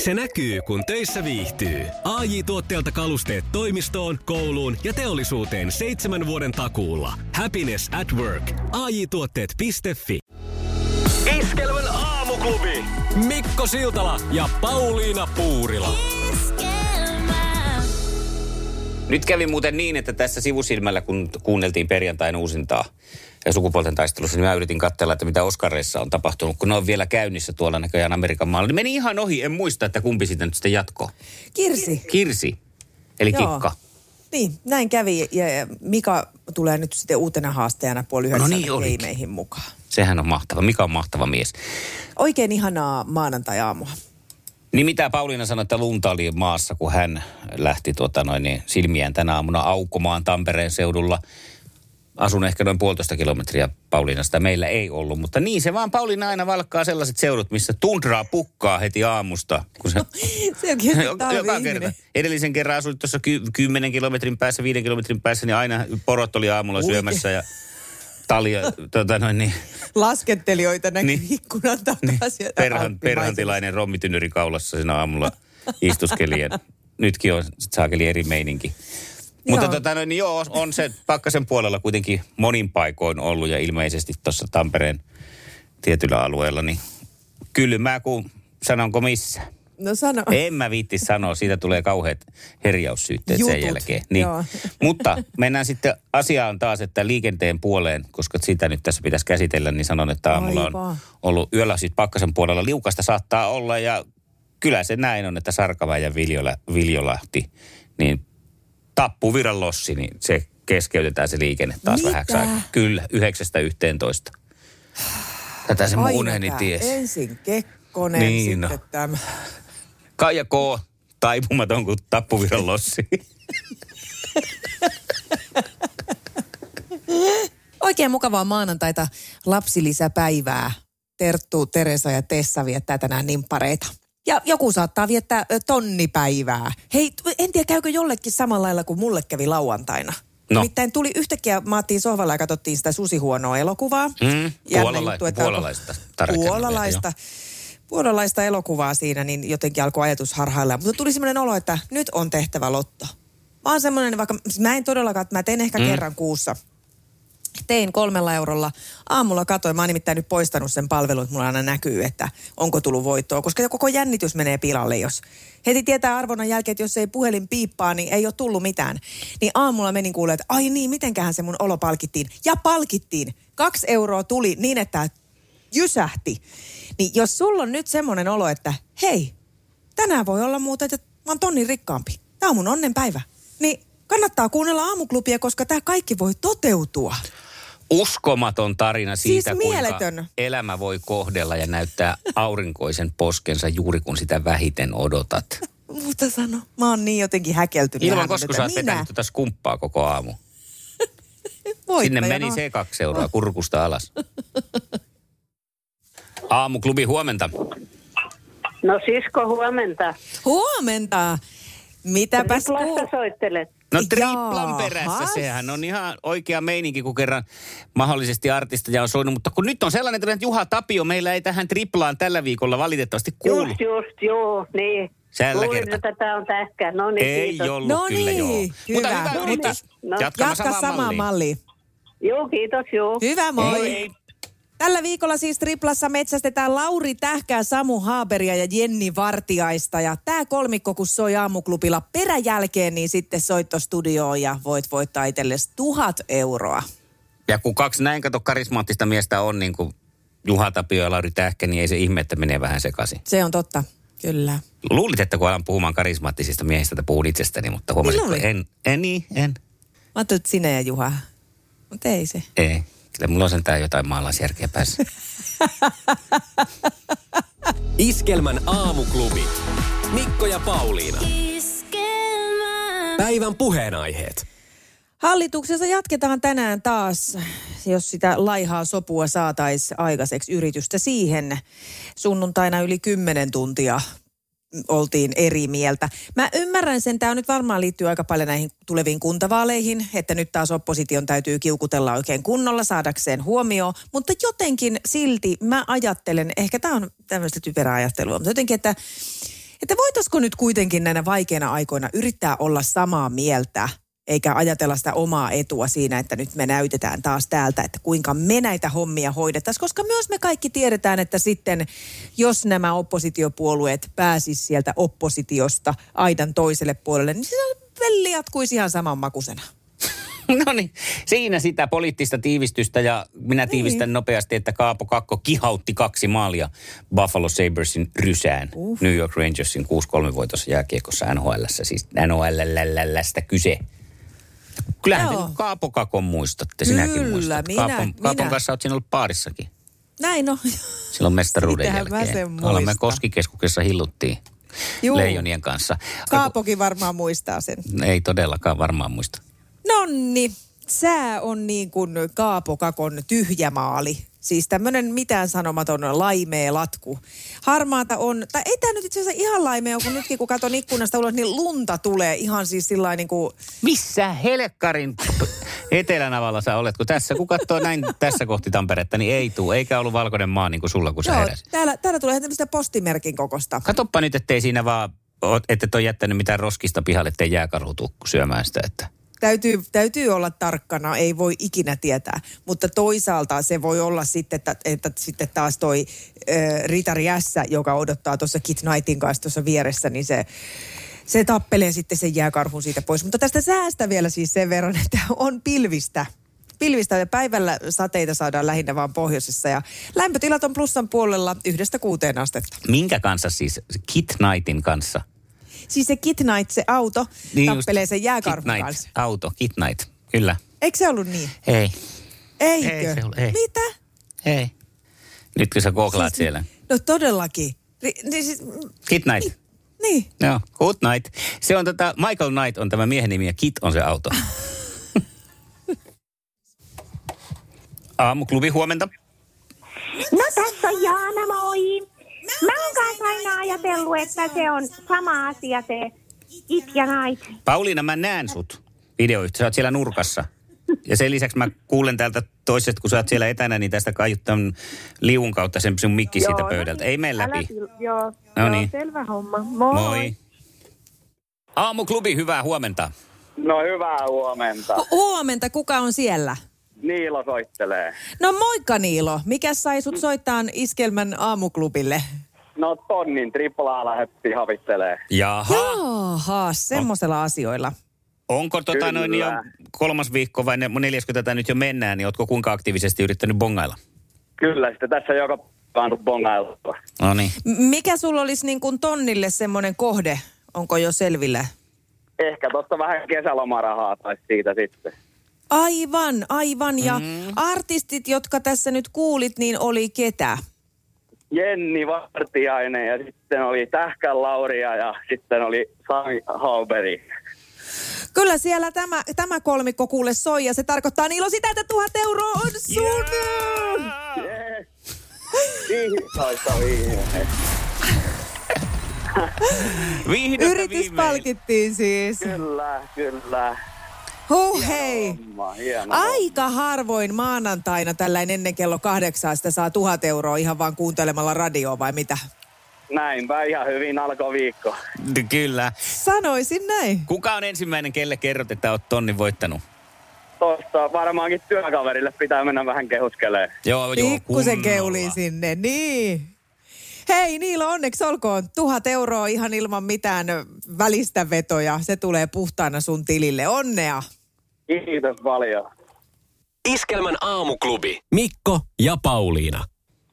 Se näkyy, kun töissä viihtyy. AJ Tuotteelta kalusteet toimistoon, kouluun ja teollisuuteen 7 vuoden takuulla. Happiness at work. AJ-tuotteet.fi. Iskelmän aamuklubi. Mikko Siltala ja Pauliina Puurila. Nyt kävi muuten niin, että tässä sivusilmällä, kun kuunneltiin perjantain uusintaa ja sukupuolten taistelussa, niin mä yritin katsella, että mitä Oscareissa on tapahtunut, kun ne on vielä käynnissä tuolla näköjään Amerikan maalla. Niin meni ihan ohi, en muista, että kumpi siitä nyt sitten jatkoi. Kirsi, eli Joo. Kikka. Niin, näin kävi ja Mika tulee nyt sitten uutena haastajana 8:30 Keimeihin mukaan. Sehän on mahtava. Mika on mahtava mies. Oikein ihanaa maanantai-aamua. Niin mitä Pauliina sanoi, että lunta oli maassa, kun hän lähti silmiään tänä aamuna aukomaan Tampereen seudulla. Asun ehkä noin 1,5 kilometriä Pauliinasta. Meillä ei ollut, mutta niin se vaan Pauliina aina valkkaa sellaiset seudut, missä tundraa pukkaa heti aamusta. Kun se on joka kerta. Edellisen kerran asuit tuossa 10 kilometrin päässä, 5 kilometrin päässä, niin aina porot oli aamulla syömässä ja talia, laskettelijoita näkyy niin, ikkunan takaa niin, perhantilainen rommitynnyri kaulassa siinä aamulla istuskeli. Nytkin on saakeli eri meininki. Mutta on se Pakkasen puolella kuitenkin monin paikoin ollut ja ilmeisesti tuossa Tampereen tietyllä alueella, niin kylmää kuin sanonko missä. No sano. En mä viitti sanoa, siitä tulee kauheat herjaussyytteet sen jälkeen. Niin. Mutta mennään sitten asiaan taas, että liikenteen puoleen, koska sitä nyt tässä pitäisi käsitellä, niin sanon, että aamulla on ollut yöllä siis Pakkasen puolella liukasta saattaa olla ja kyllä se näin on, että Sarkamäen ja Viljolahti, niin Tappuviran lossi, niin se keskeytetään se liikenne taas vähäksi aikaa. Kyllä, 9:00–11:00. Tätä se mun uneni ties. Ensin Kekkonen, niin, sitten tämä. Kaija K. taipumaton kuin Tappuviran lossi. Oikein mukavaa maanantaita, lapsilisäpäivää. Terttu, Teresa ja Tessa viettää tänään nimppareita. Ja joku saattaa viettää tonnipäivää. Hei, en tiedä käykö jollekin samalla lailla kuin mulle kävi lauantaina. No. Nimittäin tuli yhtäkkiä, maattiin sohvalla ja katsottiin sitä Susihuonoa elokuvaa. Puolalaista elokuvaa siinä, niin jotenkin alkoi ajatus harhailla. Mutta tuli semmoinen olo, että nyt on tehtävä lotto. Mä oon semmoinen, vaikka mä en todellakaan, mä teen ehkä kerran kuussa. Tein 3 eurolla. Aamulla katsoin, mä oon nimittäin nyt poistanut sen palvelun, että mulla aina näkyy, että onko tullut voittoa. Koska koko jännitys menee pilalle, jos heti tietää arvonnan jälkeen, että jos ei puhelin piippaa, niin ei ole tullut mitään. Niin aamulla menin kuulemaan, että ai niin, mitenköhän se mun olo palkittiin. Ja palkittiin. 2 euroa tuli niin, että jysähti. Niin jos sulla on nyt semmoinen olo, että hei, tänään voi olla muuten, että mä oon tonnin rikkaampi. Tää on mun onnenpäivä. Niin kannattaa kuunnella aamuklubia, koska tämä kaikki voi toteutua. Uskomaton tarina siitä, siis kuinka elämä voi kohdella ja näyttää aurinkoisen poskensa juuri kun sitä vähiten odotat. Mutta sano, mä oon niin jotenkin häkeltynyt. Ilman, koska sä oot vetänyt tätä skumppaa koko aamu. Sinne meni se 2 euroa kurkusta alas. Aamuklubi, huomenta. No sisko, huomenta. Huomenta. Mitäpäs soittelet? No triplan perässä, sehän on ihan oikea meininki, kun kerran mahdollisesti artisteja on soinut. Mutta kun nyt on sellainen tilanne, että Juha Tapio meillä ei tähän triplaan tällä viikolla valitettavasti kuulu. Just, joo, niin. Tällä kertaa. Tätä on tähkää, no niin, ei kiitos. ollut kyllä, joo. Hyvä. Mutta hyvä yritys. Jatka samaan malliin. Joo, kiitos, joo. Hyvä, moi. Tällä viikolla siis triplassa metsästetään Lauri Tähkää, Samu Haaberia ja Jenni Vartiaista. Ja tämä kolmikko, kun soi aamuklubilla peräjälkeen, niin sitten soitto studioon ja voit voittaa itsellesi 1,000 euroa. Ja kun 2 näin karismaattista miestä on, niin kuin Juha Tapio ja Lauri Tähkä, niin ei se ihme, että menee vähän sekaisin. Se on totta, kyllä. Luulit, että kun alan puhumaan karismaattisista miehistä, että puhun itsestäni, mutta huomasin, että en. Mä ajattelin, että sinä ja Juha, mutta ei se. Ei. Kyllä mulla on sentään jotain maalaisjärkeä päässä. Iskelmän aamuklubi. Mikko ja Pauliina. Päivän puheenaiheet. Hallituksessa jatketaan tänään taas, jos sitä laihaa sopua saataisiin aikaiseksi yritystä siihen. Sunnuntaina yli 10 tuntia oltiin eri mieltä. Mä ymmärrän sen, tämä nyt varmaan liittyy aika paljon näihin tuleviin kuntavaaleihin, että nyt taas opposition täytyy kiukutella oikein kunnolla saadakseen huomioon, mutta jotenkin silti mä ajattelen, ehkä tämä on tämmöistä typerää ajattelua, mutta jotenkin, että Että voitaisiko nyt kuitenkin näinä vaikeina aikoina yrittää olla samaa mieltä, eikä ajatella sitä omaa etua siinä, että nyt me näytetään taas täältä, että kuinka me näitä hommia hoidettaisiin. Koska myös me kaikki tiedetään, että sitten jos nämä oppositiopuolueet pääsisivät sieltä oppositiosta aidan toiselle puolelle, niin se velli jatkuisi ihan samanmakuisena. No niin, siinä sitä poliittista tiivistystä ja minä tiivistän nopeasti, että Kaapo Kakko kihautti 2 maalia Buffalo Sabresin rysään New York Rangersin 6-3 voitossa jääkiekossa NHL:ssä, siis NHL:stä kyse. Kyllähän te Kaapo Kakon muistatte, sinäkin muistat. Kaapon kanssa olet siinä ollut baarissakin. Näin on. Silloin mestaruuden jälkeen. Olemme Koskikeskuksessa hilluttiin Leijonien kanssa. Kaapokin varmaan muistaa sen. Ei todellakaan varmaan muista. Nonni, sää on niin kuin Kaapo Kakon tyhjä maali. Siis tämmöinen mitään sanomaton laimea latku. Harmaata on, tai ei tämä nyt itse asiassa ihan laimea, kun nytkin kun katon ikkunasta ulos, niin lunta tulee ihan siis sillain niin kuin... Missä helkkarin etelänavalla sä olet? Kun tässä, kun katsoo näin tässä kohti Tamperetta, niin ei tule. Eikä ollut valkoinen maa niin kuin sulla, kun sä heräsit. Täällä tulee tämmöistä postimerkin kokosta. Katoppa nyt, ettei siinä vaan, ette ole jättänyt mitään roskista pihalle, ettei jääkarhu tuu syömään sitä, että... Täytyy olla tarkkana, ei voi ikinä tietää. Mutta toisaalta se voi olla sitten, että sitten taas toi Ritari S, joka odottaa tuossa Kit Knightin kanssa tuossa vieressä, niin se tappelee sitten sen jääkarhun siitä pois. Mutta tästä säästä vielä siis sen verran, että on pilvistä ja päivällä sateita saadaan lähinnä vaan pohjoisessa ja lämpötilat on plussan puolella 1-6 astetta. Minkä kanssa siis? Kit Knightin kanssa? Siis se Kit Knight, se auto, niin tappelee sen jääkarhun kanssa. Auto, Kit Knight, kyllä. Eikö se ollut niin? Ei. Eikö? Ei se ollut, ei. Mitä? Ei. Nyt kun sä googlaat siis, siellä. No todellakin. Siis, Kit Knight. Niin. Joo, Good Night. Se on Michael Knight on tämä miehen nimi ja Kit on se auto. Aamuklubi, huomenta. No tässä on Jaana, moi. Mä oon kanssa aina ajatellut, että se on sama asia se It ja Night. Pauliina, mä näen sut videoista. Sä oot siellä nurkassa. Ja sen lisäksi mä kuulen täältä toisesta, kun sä oot siellä etänä, niin tästä kaiut tämän liuun kautta sen sun mikki siitä pöydältä. Ei mene läpi. Joo, no niin. Selvä homma. Moi. Moi. Aamuklubi, hyvää huomenta. No hyvää huomenta. Huomenta, kuka on siellä? Niilo soittelee. No moikka Niilo. Mikäs sai sut soittaa Iskelmän aamuklubille? No tonnin triplaa lähdettiin havittelee. Jaha, semmoisella asioilla. Onko jo 3. viikko vai 4. tätä nyt jo mennään, niin ootko kuinka aktiivisesti yrittänyt bongailla? Kyllä, sitten tässä joka päivä bongailtua. No niin. Mikä sulla olisi niin kuin tonnille semmoinen kohde? Onko jo selvillä? Ehkä tuosta vähän kesälomarahaa tai siitä sitten. Aivan. Ja artistit, jotka tässä nyt kuulit, niin oli ketä? Jenni Vartiainen ja sitten oli Tähkän Lauria ja sitten oli Sami Hauberi. Kyllä siellä tämä kolmikko kuule soi ja se tarkoittaa Niilo sitä, että 1000 euroa on sun! Yes. Viihdyttäistä viihdyttäistä. Yritys palkittiin siis. Kyllä. Hei. Aika harvoin maanantaina tällainen ennen kello 8 sitä saa 1000 euroa ihan vaan kuuntelemalla radioa vai mitä? Näinpä ihan hyvin alkoi viikko. Kyllä. Sanoisin näin. Kuka on ensimmäinen, kelle kerrot, että oot tonnin voittanut? Tuosta varmaankin työkaverille pitää mennä vähän kehuskeleen. Joo. Pikkusen keulii sinne, niin. Hei Niilo, onneksi olkoon 1000 euroa ihan ilman mitään välistä vetoja. Se tulee puhtaana sun tilille. Onnea! Kiitos paljon. Iskelmän aamuklubi. Mikko ja Pauliina.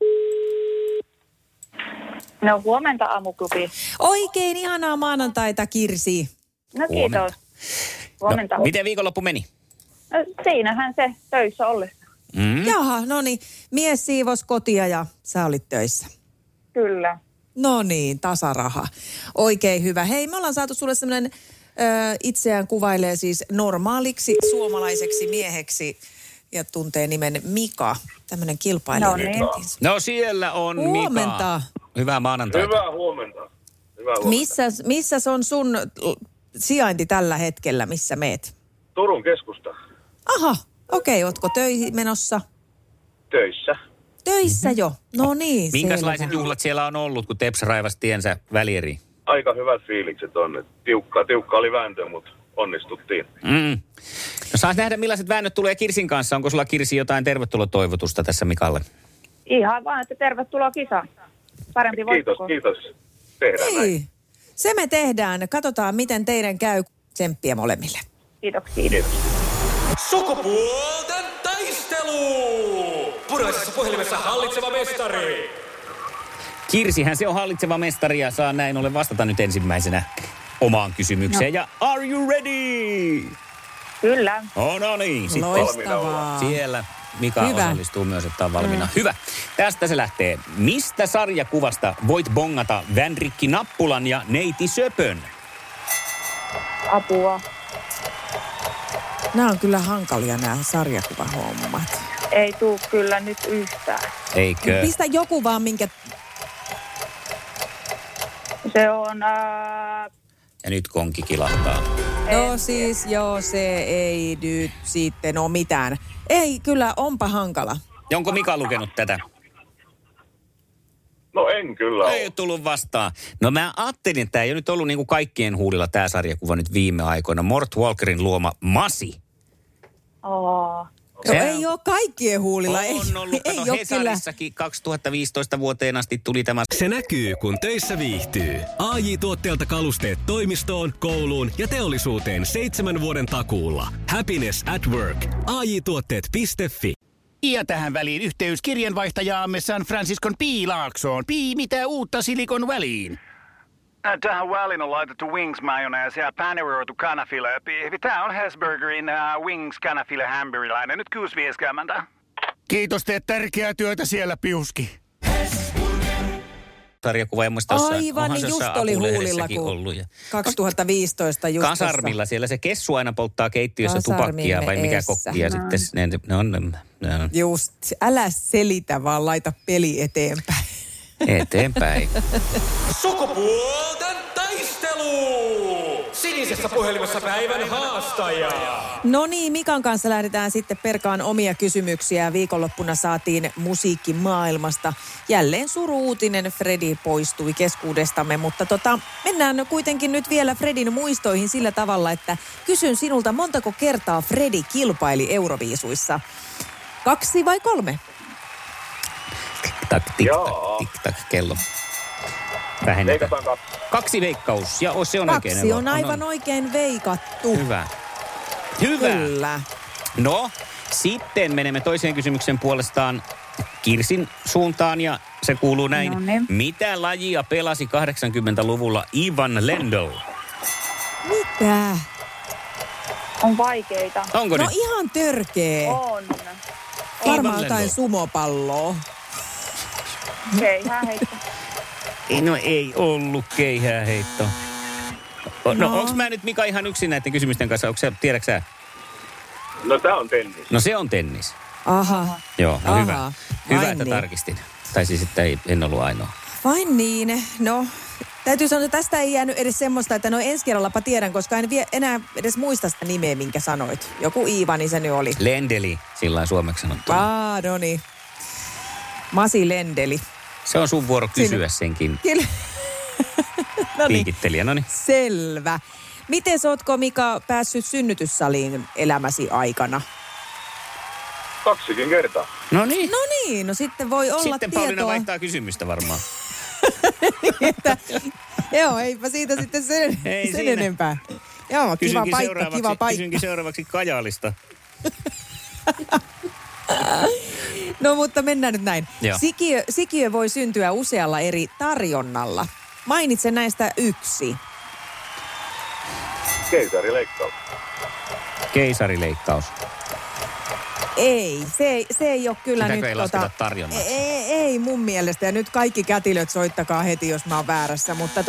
No huomenta aamuklubi. Oikein ihanaa maanantaita, Kirsi. No kiitos. Huomenta. No, miten viikonloppu meni? No, siinähän se töissä ollessa. Jaha, no niin. Mies siivos kotia ja sä olit töissä. Kyllä. No niin, tasaraha. Oikein hyvä. Hei, me ollaan saatu sulle semmoinen itseään kuvailee siis normaaliksi suomalaiseksi mieheksi ja tuntee nimen Mika. Tämmöinen kilpailija. No siellä on huomenta. Mika. Hyvää maanantaita. Hyvää huomenta. Missäs on sun sijainti tällä hetkellä, missä meet? Turun keskusta. Aha, okei. Ootko töihin menossa? Töissä Jo. No niin. Minkälaiset juhlat siellä on ollut, kun Teps raivasi tiensä välieriin? aika hyvät fiilikset on. Tiukka oli vääntö, mutta onnistuttiin. No saas nähdä, millaiset väännöt tulee Kirsin kanssa. Onko sulla, Kirsi, jotain tervetulotoivotusta tässä Mikalle? Ihan vaan, että tervetuloa kisaan. Parempi voitto. Kiitos. Tehdään näin. Se me tehdään. Katsotaan, miten teidän käy. Tsemppiä molemmille. Kiitoksia. Sukupuolten taistelu! Puraisessa puhelimessa hallitseva mestari. Kirsihän se on hallitseva mestari ja saa näin ollen vastata nyt ensimmäisenä omaan kysymykseen. No. Ja are you ready? Kyllä. No niin. Loistavaa. Siellä Mika osallistuu myös, että on valmiina. Hyvä. Tästä se lähtee. Mistä sarjakuvasta voit bongata Vänrikki Nappulan ja Neiti Söpön? Apua. Nämä on kyllä hankalia nämä sarjakuvahommat. Ei tuu kyllä nyt yhtään. Eikö? Pistä joku vaan, minkä... Se on... Ja nyt konki kilahtaa. No siis se ei nyt sitten ole mitään. Ei, kyllä onpa hankala. Ja onko Mika lukenut tätä? No en kyllä ole. Ei ole tullut vastaan. No mä ajattelin, että tämä ei ole nyt ollut niin kuin kaikkien huulilla tämä sarjakuva nyt viime aikoina. Mort Walkerin luoma Masi. Se ei ole kaikkien huulilla. On ollut. Ei ole Hesarissakin 2015 vuoteen asti tuli tämä. Se näkyy, kun töissä viihtyy. AJ-tuotteelta kalusteet toimistoon, kouluun ja teollisuuteen 7 vuoden takuulla. Happiness at work. AJ-tuotteet.fi. Ja tähän väliin yhteys kirjanvaihtajaamme San Franciscon Piilaaksoon. Mitä uutta Silikon väliin? Tähän väliin on laitettu wings mayonnaise ja paneroitu kanafila. Tämä on Hesburgerin wings kanafila hamburilainen. Nyt 6.50. Kiitos, teet tärkeää työtä siellä, Piuski. Sarjakuva ja muista aivan, niin just oli huulilla, kun 2015 just Kasarmilla siellä se kessu aina polttaa keittiössä tupakkia vai mikä kokki ja sitten ne on. Just, älä selitä, vaan laita peli eteenpäin. Eteenpäin. Sukupuolten taistelu! Sinisessä puhelimessa päivän haastaja. No niin, Mikan kanssa lähdetään sitten perkaan omia kysymyksiä. Viikonloppuna saatiin musiikkimaailmasta jälleen suru-uutinen. Fredi poistui keskuudestamme, mutta mennään kuitenkin nyt vielä Fredin muistoihin sillä tavalla, että kysyn sinulta, montako kertaa Fredi kilpaili Euroviisuissa? 2 vai 3? Tik-tak, kello. Vähennetään. 2 veikkaus. Ja se on 2 oikein. on aivan oikein veikattu. Hyvä. Kyllä. No, sitten menemme toiseen kysymyksen puolestaan Kirsin suuntaan ja se kuuluu näin. Noniin. Mitä lajia pelasi 80-luvulla Ivan Lendl? Mitä? On vaikeita. Onko No nyt? ihan törkeä. On. Varmaan jotain sumopalloa. Keihääheitto. No ei ollut keihääheitto. No onks mä nyt Mika ihan yksin näiden kysymysten kanssa? Tiedätkö sä? No tää on tennis. No se on tennis. Aha. Joo, no hyvä. Hyvä, Vain että niin. tarkistin. Tai siis, että en ollut ainoa. Vain niin. No, täytyy sanoa, että tästä ei jäänyt edes semmoista, että no ensi kerrallapa tiedän, koska en enää edes muista sitä nimeä, minkä sanoit. Joku Iivani se nyt oli. Lendeli, sillä suomeksi sanottuna. No niin. Masi Lendeli. Se on sun vuoro kysyä senkin. Kyllä. No niin. Piikittelijä, no niin. Selvä. Miten ootko, Mika, päässyt synnytyssaliin elämäsi aikana? 2 kertaa. No niin. No niin, no sitten voi olla Sitten tietoa. Pauliina vaihtaa kysymystä varmaan. Joo, eipä siitä sitten sen enempää. Joo, kiva paikka. Kysynkin seuraavaksi Kajalista. No mutta mennään nyt näin. Joo. Sikiö voi syntyä usealla eri tarjonnalla. Mainitse näistä 1. Keisarileikkaus. Keisarileikkaus. Ei, se ei ole kyllä sitäkö nyt ei lasketa tarjonnaksi? Ei mun mielestä. Ja nyt kaikki kätilöt soittakaa heti, jos mä oon väärässä. Mutta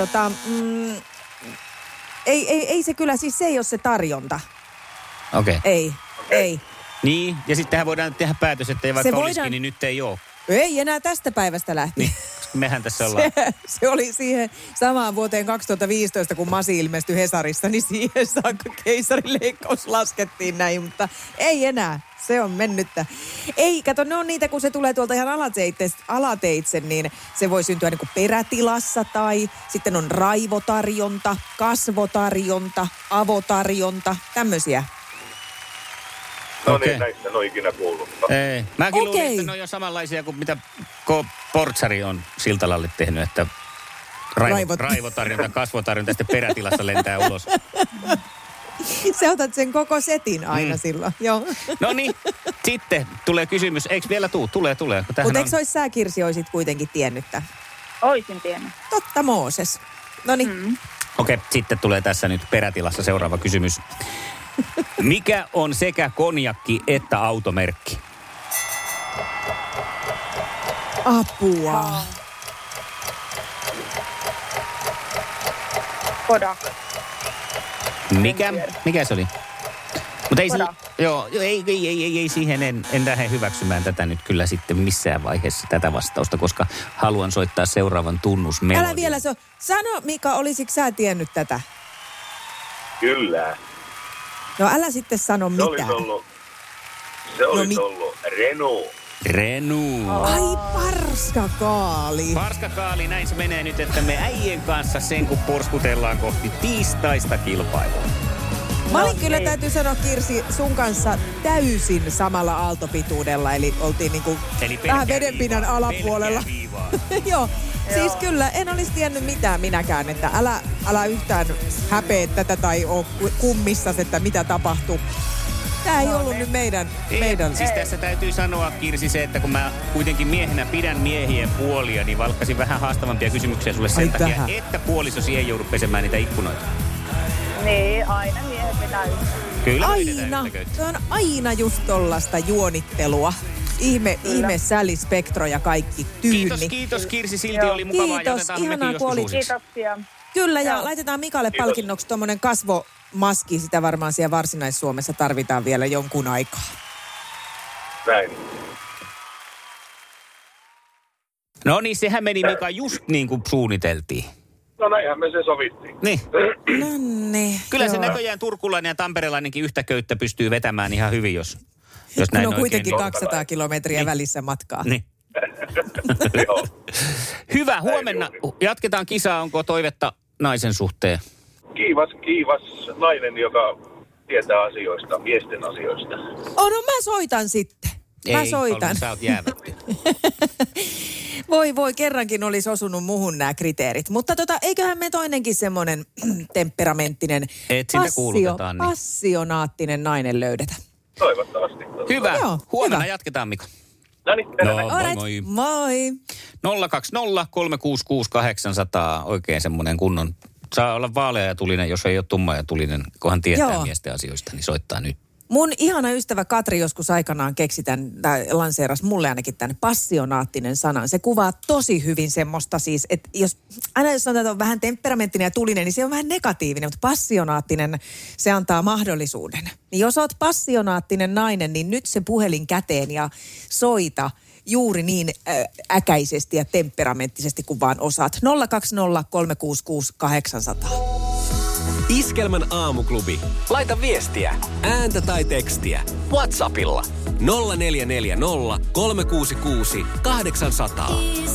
ei se kyllä, siis se ei ole se tarjonta. Okei. Ei. Niin, ja sittenhän voidaan tehdä päätös, että vaikka olisikin, niin nyt ei ole. Ei enää tästä päivästä lähtien. Niin, koska mehän tässä ollaan. Se oli siihen samaan vuoteen 2015, kun Masi ilmestyi Hesarissa, niin siihen saakka keisarileikkaus laskettiin näin, mutta ei enää. Se on mennyttä. Ei, kato, ne on niitä, kun se tulee tuolta ihan alateitse, niin se voi syntyä niin kuin perätilassa tai sitten on raivotarjonta, kasvotarjonta, avotarjonta, tämmöisiä. No niin, näistä en ole ikinä kuullut. Ei. Mäkin luulin, että ne on jo samanlaisia kuin mitä Portsari on Siltalalle tehnyt, että raivotarjonta, kasvotarjonta ja sitten perätilassa lentää ulos. Sä otat sen koko setin aina silloin, joo. No niin, sitten tulee kysymys. Eikö vielä Tulee. Mutta eikö olisi sä, Kirsi, olisit kuitenkin tiennyt tämän? Oisin tiennyt. Totta, Mooses. No niin. Okei, sitten tulee tässä nyt perätilassa seuraava kysymys. Mikä on sekä konjakki että automerkki? Apua. Koda. Mikä se oli? Mutta ei siihen, en lähde hyväksymään tätä nyt kyllä sitten missään vaiheessa tätä vastausta, koska haluan soittaa seuraavan tunnusmelodian. Älä vielä sano, Mika, olisitko sä tiennyt tätä? Kyllä. No älä sitten sano mitään. Se olisi ollut Renault. Ai parskakaali. Parskakaali, näin se menee nyt, että me äijien kanssa sen kun porskutellaan kohti tiistaista kilpailua. Mä olin kyllä, täytyy sanoa, Kirsi, sun kanssa täysin samalla aaltopituudella, eli oltiin niinku vähän vedenpinnan alapuolella. Joo, siis kyllä, en olisi tiennyt mitään minäkään, että älä yhtään häpeä tätä tai oo kummissas, että mitä tapahtuu. Tää ei ollut nyt meidän. Siis tässä täytyy sanoa, Kirsi, se, että kun mä kuitenkin miehenä pidän miehien puolia, niin valkkasin vähän haastavampia kysymyksiä sulle sen takia, että puolisosi ei joudu pesemään niitä ikkunoita. Niin, aina miehet pitää Kyllä aina. Se on aina just tollasta juonittelua. Ihme Sally Spectro ja kaikki tyyni. Kiitos Kirsi, silti oli mukavaa. Kiitos, ihanaa kun olit. Kiitoksia. Kyllä, ja laitetaan Mikalle palkinnoksi tuommoinen kasvomaski. Sitä varmaan siellä Varsinais-Suomessa tarvitaan vielä jonkun aikaa. Näin. No niin, sehän meni Mika just niin kuin suunniteltiin. No näinhän me se sovittiin. Niin. Nonni. Kyllä se näköjään turkulainen ja tamperelainenkin yhtä köyttä pystyy vetämään ihan hyvin, jos näin on kuitenkin 200 kilometriä välissä matkaa. Niin. Hyvä, huomenna jatketaan kisaa. Onko toivetta naisen suhteen? Kiivas nainen, joka tietää asioista, miesten asioista. No mä soitan sitten. Mä soitan. Sä oot jäävätty. Voi, kerrankin olisi osunut muhun nämä kriteerit. Mutta eiköhän me toinenkin semmoinen temperamenttinen, passionaattinen nainen löydetä. Toivottavasti. Hyvä. Joo, huomenna jatketaan, Mika. Noniin, moi. 020366800, oikein semmoinen kunnon. Saa olla vaalea ja tulinen, jos ei ole tumma ja tulinen, kunhan tietää miesten asioista, niin soittaa nyt. Mun ihana ystävä Katri joskus aikanaan keksi lanseeras mulle ainakin tämän passionaattinen sanan. Se kuvaa tosi hyvin semmoista siis, että jos sanotaan, että on vähän temperamenttinen ja tulinen, niin se on vähän negatiivinen, mutta passionaattinen, se antaa mahdollisuuden. Niin jos oot passionaattinen nainen, niin nyt se puhelin käteen ja soita juuri niin äkäisesti ja temperamenttisesti kuin vaan osaat. 020366800. Iskelmän aamuklubi. Laita viestiä, ääntä tai tekstiä. WhatsAppilla 0440 366 800.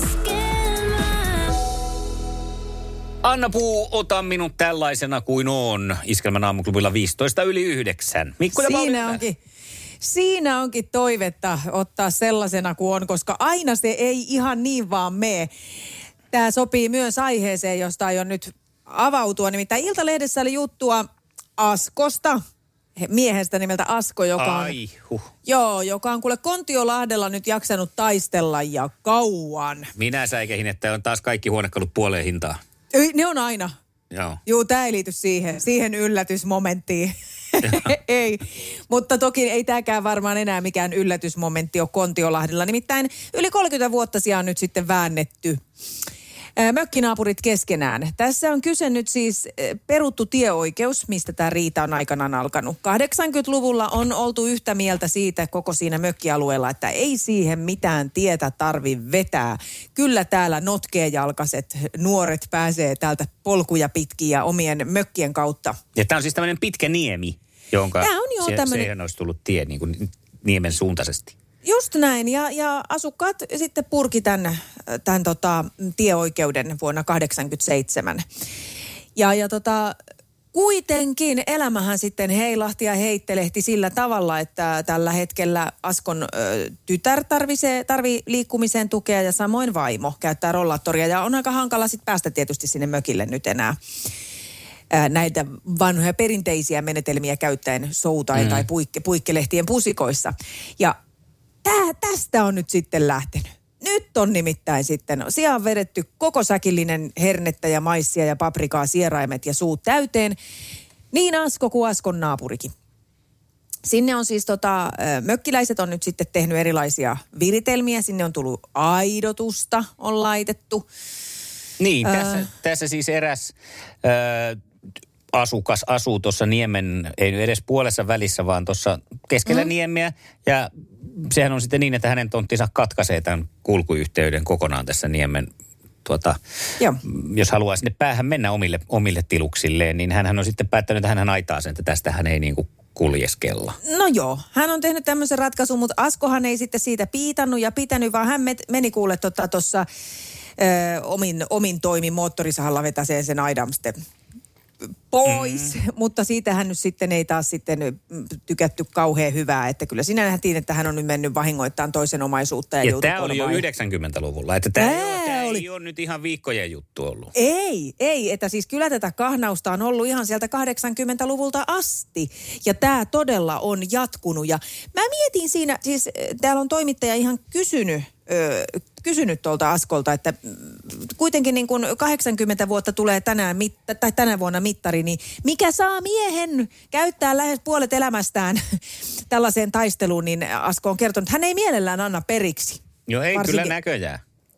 Anna Puu, ota minut tällaisena kuin on. Iskelmän aamuklubilla 9:15. Mikko ja Siinä onkin toivetta ottaa sellaisena kuin on, koska aina se ei ihan niin vaan mene. Tämä sopii myös aiheeseen, josta aion nyt avautua. Nimittäin Iltalehdessä oli juttua Askosta, miehestä nimeltä Asko, joka on kuule Kontiolahdella nyt jaksanut taistella ja kauan. Minä säikähin, että on taas kaikki huonekalut puoleen hintaa. Ne on aina. Joo, tämä ei liity siihen yllätysmomenttiin. Ei, mutta toki ei tämäkään varmaan enää mikään yllätysmomentti ole Kontiolahdella. Nimittäin yli 30 vuotta siellä on nyt sitten väännetty mökkinaapurit keskenään. Tässä on kyse nyt siis peruttu tieoikeus, mistä tämä riita on aikanaan alkanut. 80-luvulla on oltu yhtä mieltä siitä koko siinä mökkialueella, että ei siihen mitään tietä tarvi vetää. Kyllä täällä notkeajalkaiset nuoret pääsee täältä polkuja pitkin ja omien mökkien kautta. Ja tämä on siis tämmöinen pitkä niemi, jonka siihen olisi tullut tie niin kuin Niemen suuntaisesti. Just näin, ja asukkaat sitten purki tämän tieoikeuden vuonna 1987. Kuitenkin elämähän sitten heilahti ja heittelehti sillä tavalla, että tällä hetkellä Askon tytär tarvii liikkumiseen tukea ja samoin vaimo käyttää rollaattoria. Ja on aika hankala sitten päästä tietysti sinne mökille nyt enää näitä vanhoja perinteisiä menetelmiä käyttäen soutain tai puikkelehtien pusikoissa. Ja tästä on nyt sitten lähtenyt. Nyt on nimittäin sitten sijaan vedetty koko säkillinen hernettä ja maissia ja paprikaa, sieraimet ja suut täyteen. Niin Asko kuin Askon naapurikin. Sinne on siis mökkiläiset on nyt sitten tehnyt erilaisia viritelmiä. Sinne on tullut aidotusta, on laitettu. Niin, tässä siis eräs asukas asuu tuossa niemen, ei edes puolessa välissä, vaan tuossa keskellä niemeä. Ja sehän on sitten niin, että hänen tonttinsa katkaisee tämän kulkuyhteyden kokonaan tässä niemen, jos haluaa sinne päähän mennä omille tiluksilleen, niin hän on sitten päättänyt, että hän aitaa sen, että tästä hän ei niin kuin kuljeskella. No joo, hän on tehnyt tämmöisen ratkaisun, mutta Askohan ei sitten siitä piitannut ja pitänyt, vaan hän meni kuule tuossa omin toimin moottorisahalla vetäsee sen aidan sitten pois, mutta siitähän nyt sitten ei taas sitten tykätty kauhean hyvää, että kyllä sinä nähtiin, että hän on nyt mennyt vahingoittamaan toisen omaisuutta. Ja tämä oli jo 90-luvulla, että tämä ei ole nyt ihan viikkojen juttu ollut. Ei, että siis kyllä tätä kahnausta on ollut ihan sieltä 80-luvulta asti ja tämä todella on jatkunut ja mä mietin siinä, siis täällä on toimittaja ihan kysynyt tuolta Askolta, että kuitenkin niin kuin 80 vuotta tulee tänä vuonna mittari, niin mikä saa miehen käyttää lähes puolet elämästään tällaiseen taisteluun, niin Asko on kertonut, että hän ei mielellään anna periksi. Joo, ei kyllä näköjään.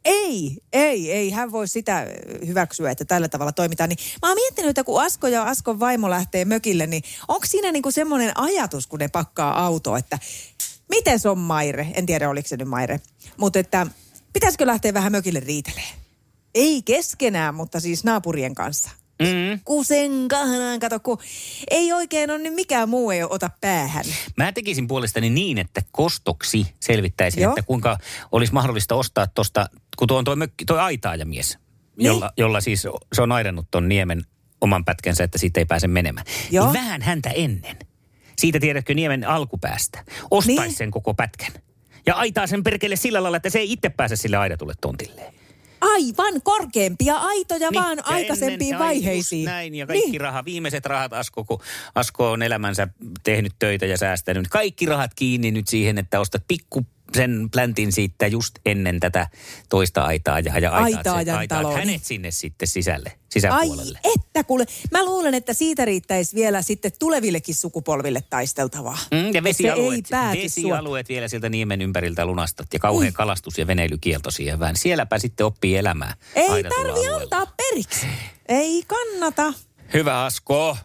Ei, hän voi sitä hyväksyä, että tällä tavalla toimitaan. Niin mä oon miettinyt, että kun Asko ja Askon vaimo lähtee mökille, niin onko siinä niinku semmoinen ajatus, kun ne pakkaa autoa, että miten se on Maire? En tiedä, oliko se nyt Maire. Mutta että pitäisikö lähteä vähän mökille riitelee? Ei keskenään, mutta siis naapurien kanssa. Kusen kahnaan, kato, kun ei oikein ole nyt mikään muu ei ota päähän. Mä tekisin puolestani niin, että kostoksi selvittäisin, että kuinka olisi mahdollista ostaa tuosta, kun tuo on toi aitaajamies, jolla siis se on aidannut ton niemen oman pätkänsä, että siitä ei pääse menemään. Niin vähän häntä ennen. Siitä tiedätkö niemen alkupäästä. Ostaisi sen koko pätkän. Ja aitaa sen perkele sillä lailla, että se ei itse pääse sille aidatulle tontilleen. Aivan korkeampia aitoja niin, vaan aikaisempiin vaiheisiin. Näin ja kaikki raha, viimeiset rahat kun Asko on elämänsä tehnyt töitä ja säästänyt. Kaikki rahat kiinni nyt siihen, että ostat sen pläntin siitä just ennen tätä toista aitaa ja aitaat hänet sinne sitten sisäpuolelle. Ai että kuule, mä luulen, että siitä riittäisi vielä sitten tulevillekin sukupolville taisteltavaa. Ja vesialueet vielä sieltä niemen ympäriltä lunastat ja kauhean kalastus- ja veneilykielto siihen vähän. Sielläpä sitten oppii elämää. Ei tarvi antaa periksi. Ei kannata. Hyvä Asko,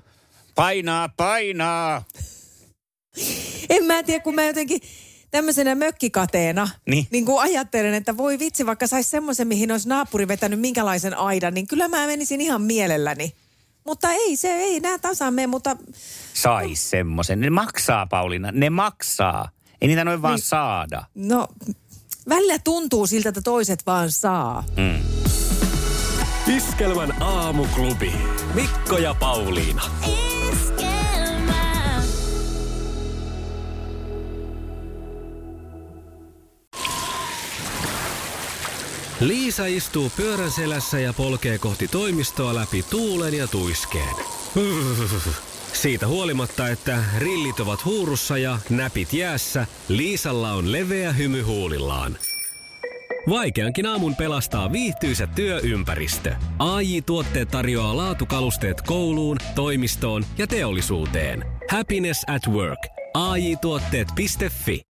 painaa. En mä tiedä, kun mä jotenkin tämmöisenä mökkikateena, niin kun ajattelen, että voi vitsi, vaikka saisi semmoisen, mihin olisi naapuri vetänyt minkälaisen aidan, niin kyllä mä menisin ihan mielelläni. Mutta ei nää tasaan mene, mutta sais semmoisen. Ne maksaa, Pauliina, ne maksaa. Ei niitä noin vaan saada. No, välillä tuntuu siltä, että toiset vaan saa. Iskelmän aamuklubi. Mikko ja Pauliina. Liisa istuu pyörän selässä ja polkee kohti toimistoa läpi tuulen ja tuiskeen. Siitä huolimatta, että rillit ovat huurussa ja näpit jäässä, Liisalla on leveä hymy huulillaan. Vaikeankin aamun pelastaa viihtyisä työympäristö. AJ-tuotteet tarjoaa laatukalusteet kouluun, toimistoon ja teollisuuteen. Happiness at work. AJ-tuotteet.fi